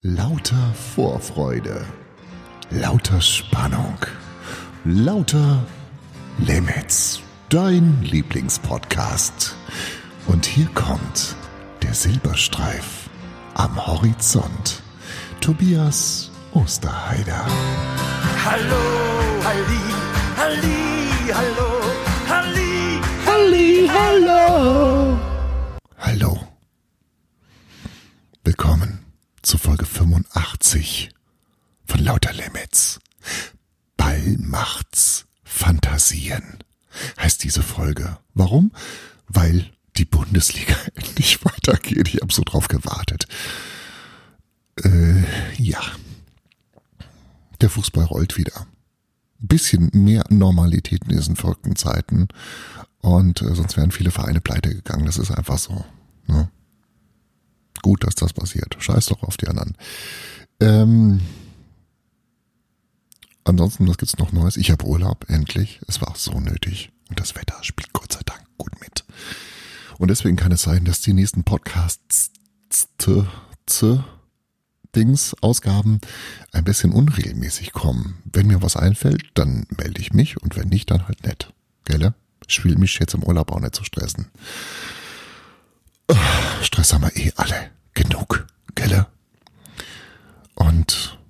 Lauter Vorfreude, lauter Spannung, lauter Limits, dein Lieblingspodcast. Und hier kommt der Silberstreif am Horizont. Tobias Osterheider. Hallo, Halli, Halli, hallo, Halli, Halli, hallo. Hallo. Willkommen zu Folge 85 von Lauter Limits. Ball macht's Fantasien heißt diese Folge. Warum? Weil die Bundesliga endlich weitergeht. Ich habe so drauf gewartet. Ja. Der Fußball rollt wieder. Ein bisschen mehr Normalität in diesen verrückten Zeiten. Und sonst wären viele Vereine pleite gegangen. Das ist einfach so. Ne? Gut, dass das passiert. Scheiß doch auf die anderen. Ansonsten, was gibt's noch Neues? Ich habe Urlaub, endlich. Es war so nötig. Und das Wetter spielt Gott sei Dank gut mit. Und deswegen kann es sein, dass die nächsten Ausgaben ein bisschen unregelmäßig kommen. Wenn mir was einfällt, dann melde ich mich. Und wenn nicht, dann halt nicht. Gell? Ich will mich jetzt im Urlaub auch nicht so stressen. Stress haben wir alle genug, gell? Und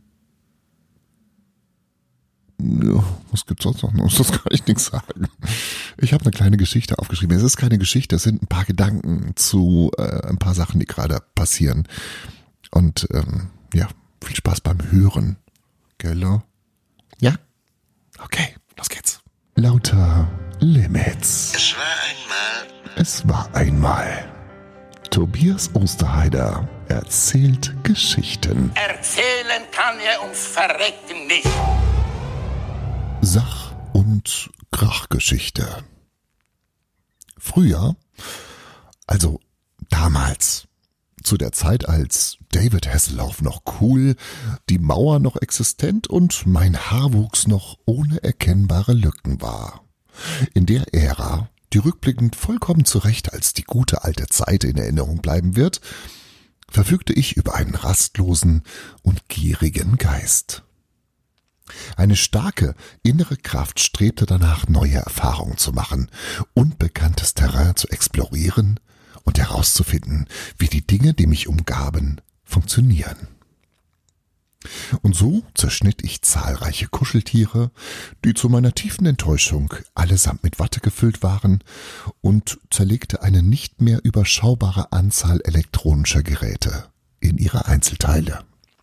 ja, was gibt's sonst noch? Das kann ich nichts sagen. Ich habe eine kleine Geschichte aufgeschrieben. Es ist keine Geschichte, es sind ein paar Gedanken zu ein paar Sachen, die gerade passieren. Und ja, viel Spaß beim Hören, gell? Ja? Okay, los geht's. Lauter Limits. Es war einmal. Tobias Osterheider erzählt Geschichten. Erzählen kann er ums Verrecken nicht. Sach- und Krachgeschichte. Früher, also damals, zu der Zeit, als David Hasselhoff noch cool, die Mauer noch existent und mein Haarwuchs noch ohne erkennbare Lücken war. In der Ära, die rückblickend vollkommen zurecht als die gute alte Zeit in Erinnerung bleiben wird, verfügte ich über einen rastlosen und gierigen Geist. Eine starke innere Kraft strebte danach, neue Erfahrungen zu machen, unbekanntes Terrain zu explorieren und herauszufinden, wie die Dinge, die mich umgaben, funktionieren. Und so zerschnitt ich zahlreiche Kuscheltiere, die zu meiner tiefen Enttäuschung allesamt mit Watte gefüllt waren, und zerlegte eine nicht mehr überschaubare Anzahl elektronischer Geräte in ihre Einzelteile.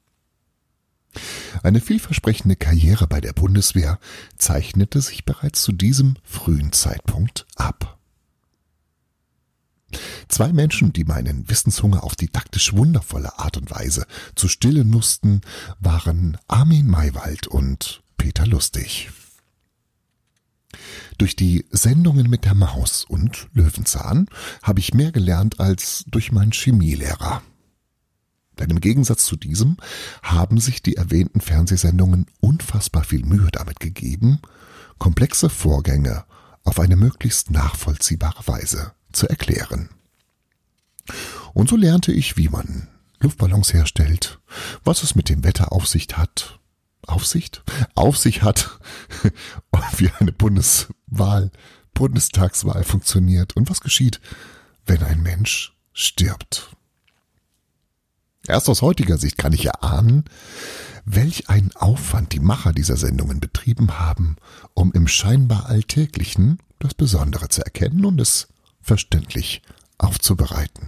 Eine vielversprechende Karriere bei der Bundeswehr zeichnete sich bereits zu diesem frühen Zeitpunkt ab. Zwei Menschen, die meinen Wissenshunger auf didaktisch wundervolle Art und Weise zu stillen wussten, waren Armin Maywald und Peter Lustig. Durch die Sendungen mit der Maus und Löwenzahn habe ich mehr gelernt als durch meinen Chemielehrer. Denn im Gegensatz zu diesem haben sich die erwähnten Fernsehsendungen unfassbar viel Mühe damit gegeben, komplexe Vorgänge auf eine möglichst nachvollziehbare Weise zu erklären. Und so lernte ich, wie man Luftballons herstellt, was es mit dem Wetter auf sich hat, und wie eine Bundestagswahl funktioniert und was geschieht, wenn ein Mensch stirbt. Erst aus heutiger Sicht kann ich erahnen, welch einen Aufwand die Macher dieser Sendungen betrieben haben, um im scheinbar Alltäglichen das Besondere zu erkennen und es verständlich aufzubereiten.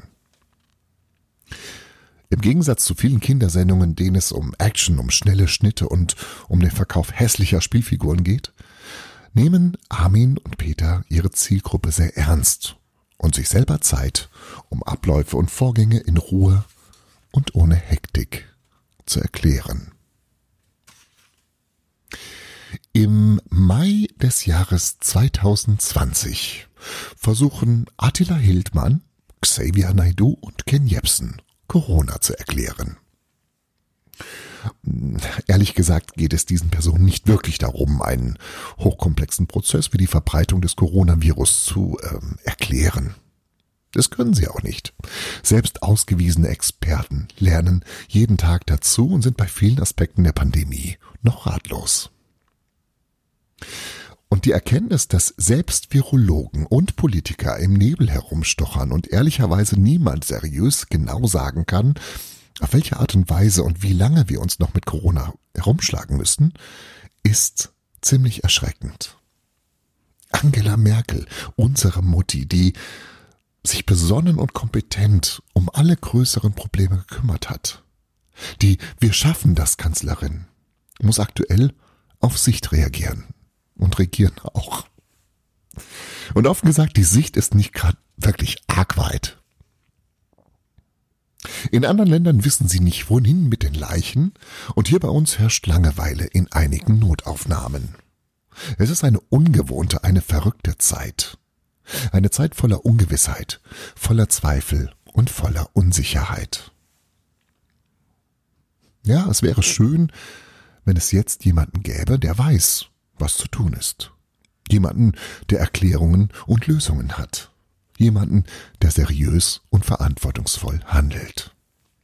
Im Gegensatz zu vielen Kindersendungen, denen es um Action, um schnelle Schnitte und um den Verkauf hässlicher Spielfiguren geht, nehmen Armin und Peter ihre Zielgruppe sehr ernst und sich selber Zeit, um Abläufe und Vorgänge in Ruhe und ohne Hektik zu erklären. Im Mai des Jahres 2020 versuchen Attila Hildmann, Xavier Naidoo und Ken Jebsen Corona zu erklären. Ehrlich gesagt geht es diesen Personen nicht wirklich darum, einen hochkomplexen Prozess wie die Verbreitung des Coronavirus zu erklären. Das können sie auch nicht. Selbst ausgewiesene Experten lernen jeden Tag dazu und sind bei vielen Aspekten der Pandemie noch ratlos. Und die Erkenntnis, dass selbst Virologen und Politiker im Nebel herumstochern und ehrlicherweise niemand seriös genau sagen kann, auf welche Art und Weise und wie lange wir uns noch mit Corona herumschlagen müssen, ist ziemlich erschreckend. Angela Merkel, unsere Mutti, die sich besonnen und kompetent um alle größeren Probleme gekümmert hat. Die Wir schaffen das Kanzlerin muss aktuell auf Sicht reagieren und regieren auch. Und offen gesagt, die Sicht ist nicht gerade wirklich arg weit. In anderen Ländern wissen sie nicht, wohin mit den Leichen, und hier bei uns herrscht Langeweile in einigen Notaufnahmen. Es ist eine ungewohnte, eine verrückte Zeit. Eine Zeit voller Ungewissheit, voller Zweifel und voller Unsicherheit. Ja, es wäre schön, wenn es jetzt jemanden gäbe, der weiß, was zu tun ist. Jemanden, der Erklärungen und Lösungen hat. Jemanden, der seriös und verantwortungsvoll handelt.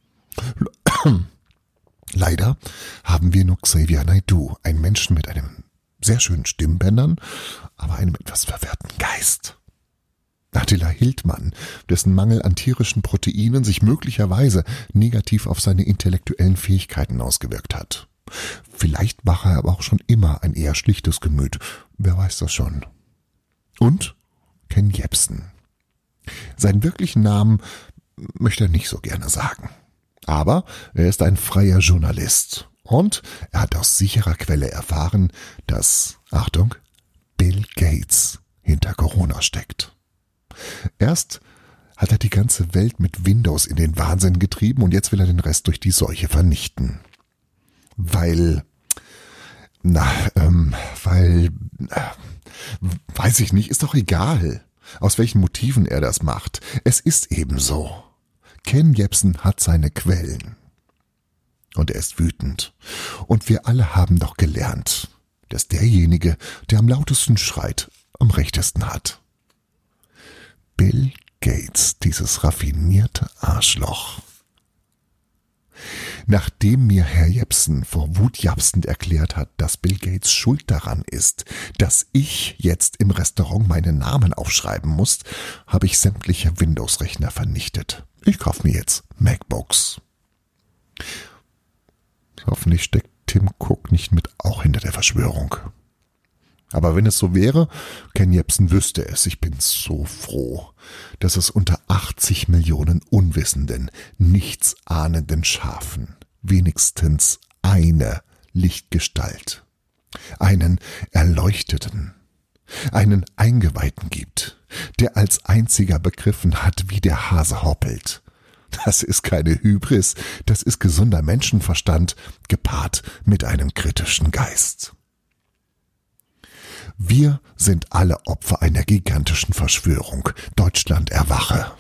Leider haben wir nur Xavier Naidoo, einen Menschen mit einem sehr schönen Stimmbändern, aber einem etwas verwirrten Geist. Attila Hildmann, dessen Mangel an tierischen Proteinen sich möglicherweise negativ auf seine intellektuellen Fähigkeiten ausgewirkt hat. Vielleicht war er aber auch schon immer ein eher schlichtes Gemüt, wer weiß das schon. Und Ken Jebsen. Seinen wirklichen Namen möchte er nicht so gerne sagen. Aber er ist ein freier Journalist und er hat aus sicherer Quelle erfahren, dass, Achtung, Bill Gates hinter Corona steckt. Erst hat er die ganze Welt mit Windows in den Wahnsinn getrieben und jetzt will er den Rest durch die Seuche vernichten. Weiß ich nicht, ist doch egal, aus welchen Motiven er das macht. Es ist eben so. Ken Jebsen hat seine Quellen. Und er ist wütend. Und wir alle haben doch gelernt, dass derjenige, der am lautesten schreit, am rechtesten hat. Bill Gates, dieses raffinierte Arschloch. Nachdem mir Herr Jebsen vor Wut japsend erklärt hat, dass Bill Gates schuld daran ist, dass ich jetzt im Restaurant meinen Namen aufschreiben muss, habe ich sämtliche Windows-Rechner vernichtet. Ich kaufe mir jetzt MacBooks. Hoffentlich steckt Tim Cook nicht mit auch hinter der Verschwörung. Aber wenn es so wäre, Ken Jebsen wüsste es. Ich bin so froh, dass es unter 80 Millionen unwissenden, nichtsahnenden Schafen wenigstens eine Lichtgestalt, einen Erleuchteten, einen Eingeweihten gibt, der als einziger begriffen hat, wie der Hase hoppelt. Das ist keine Hybris, das ist gesunder Menschenverstand, gepaart mit einem kritischen Geist. Wir sind alle Opfer einer gigantischen Verschwörung. Deutschland erwache.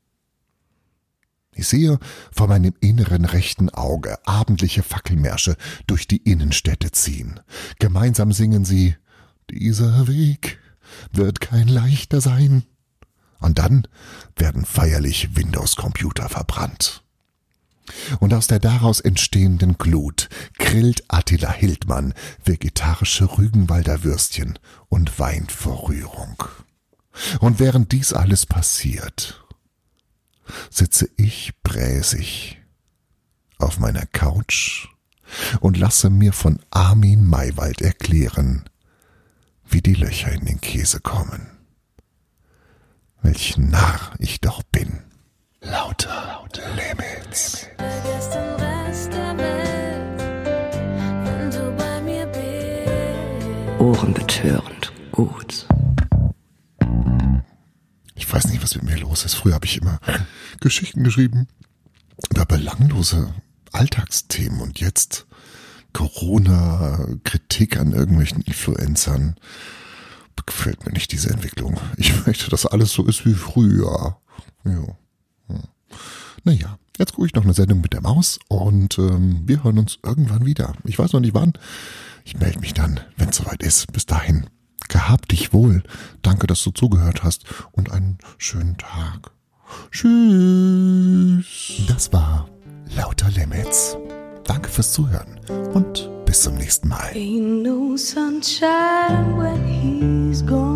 Ich sehe vor meinem inneren rechten Auge abendliche Fackelmärsche durch die Innenstädte ziehen. Gemeinsam singen sie, dieser Weg wird kein leichter sein. Und dann werden feierlich Windows-Computer verbrannt. Und aus der daraus entstehenden Glut grillt Attila Hildmann vegetarische Rügenwalder Würstchen und weint vor Rührung. Und während dies alles passiert, sitze ich bräsig auf meiner Couch und lasse mir von Armin Maywald erklären, wie die Löcher in den Käse kommen. Welch Narr ich doch bin. Lauter Limits. Vergiss den Rest der Welt, wenn du bei mir bist. Ohrenbetörend gut. Ich weiß nicht, was mit mir los ist. Früher habe ich immer Geschichten geschrieben über belanglose Alltagsthemen und jetzt Corona, Kritik an irgendwelchen Influencern. Gefällt mir nicht diese Entwicklung. Ich möchte, dass alles so ist wie früher. Ja. Naja, jetzt gucke ich noch eine Sendung mit der Maus und wir hören uns irgendwann wieder. Ich weiß noch nicht wann. Ich melde mich dann, wenn es soweit ist. Bis dahin, gehab dich wohl. Danke, dass du zugehört hast und einen schönen Tag. Tschüss. Das war Lauter Limits. Danke fürs Zuhören und bis zum nächsten Mal. Ain't no sunshine when he's gone.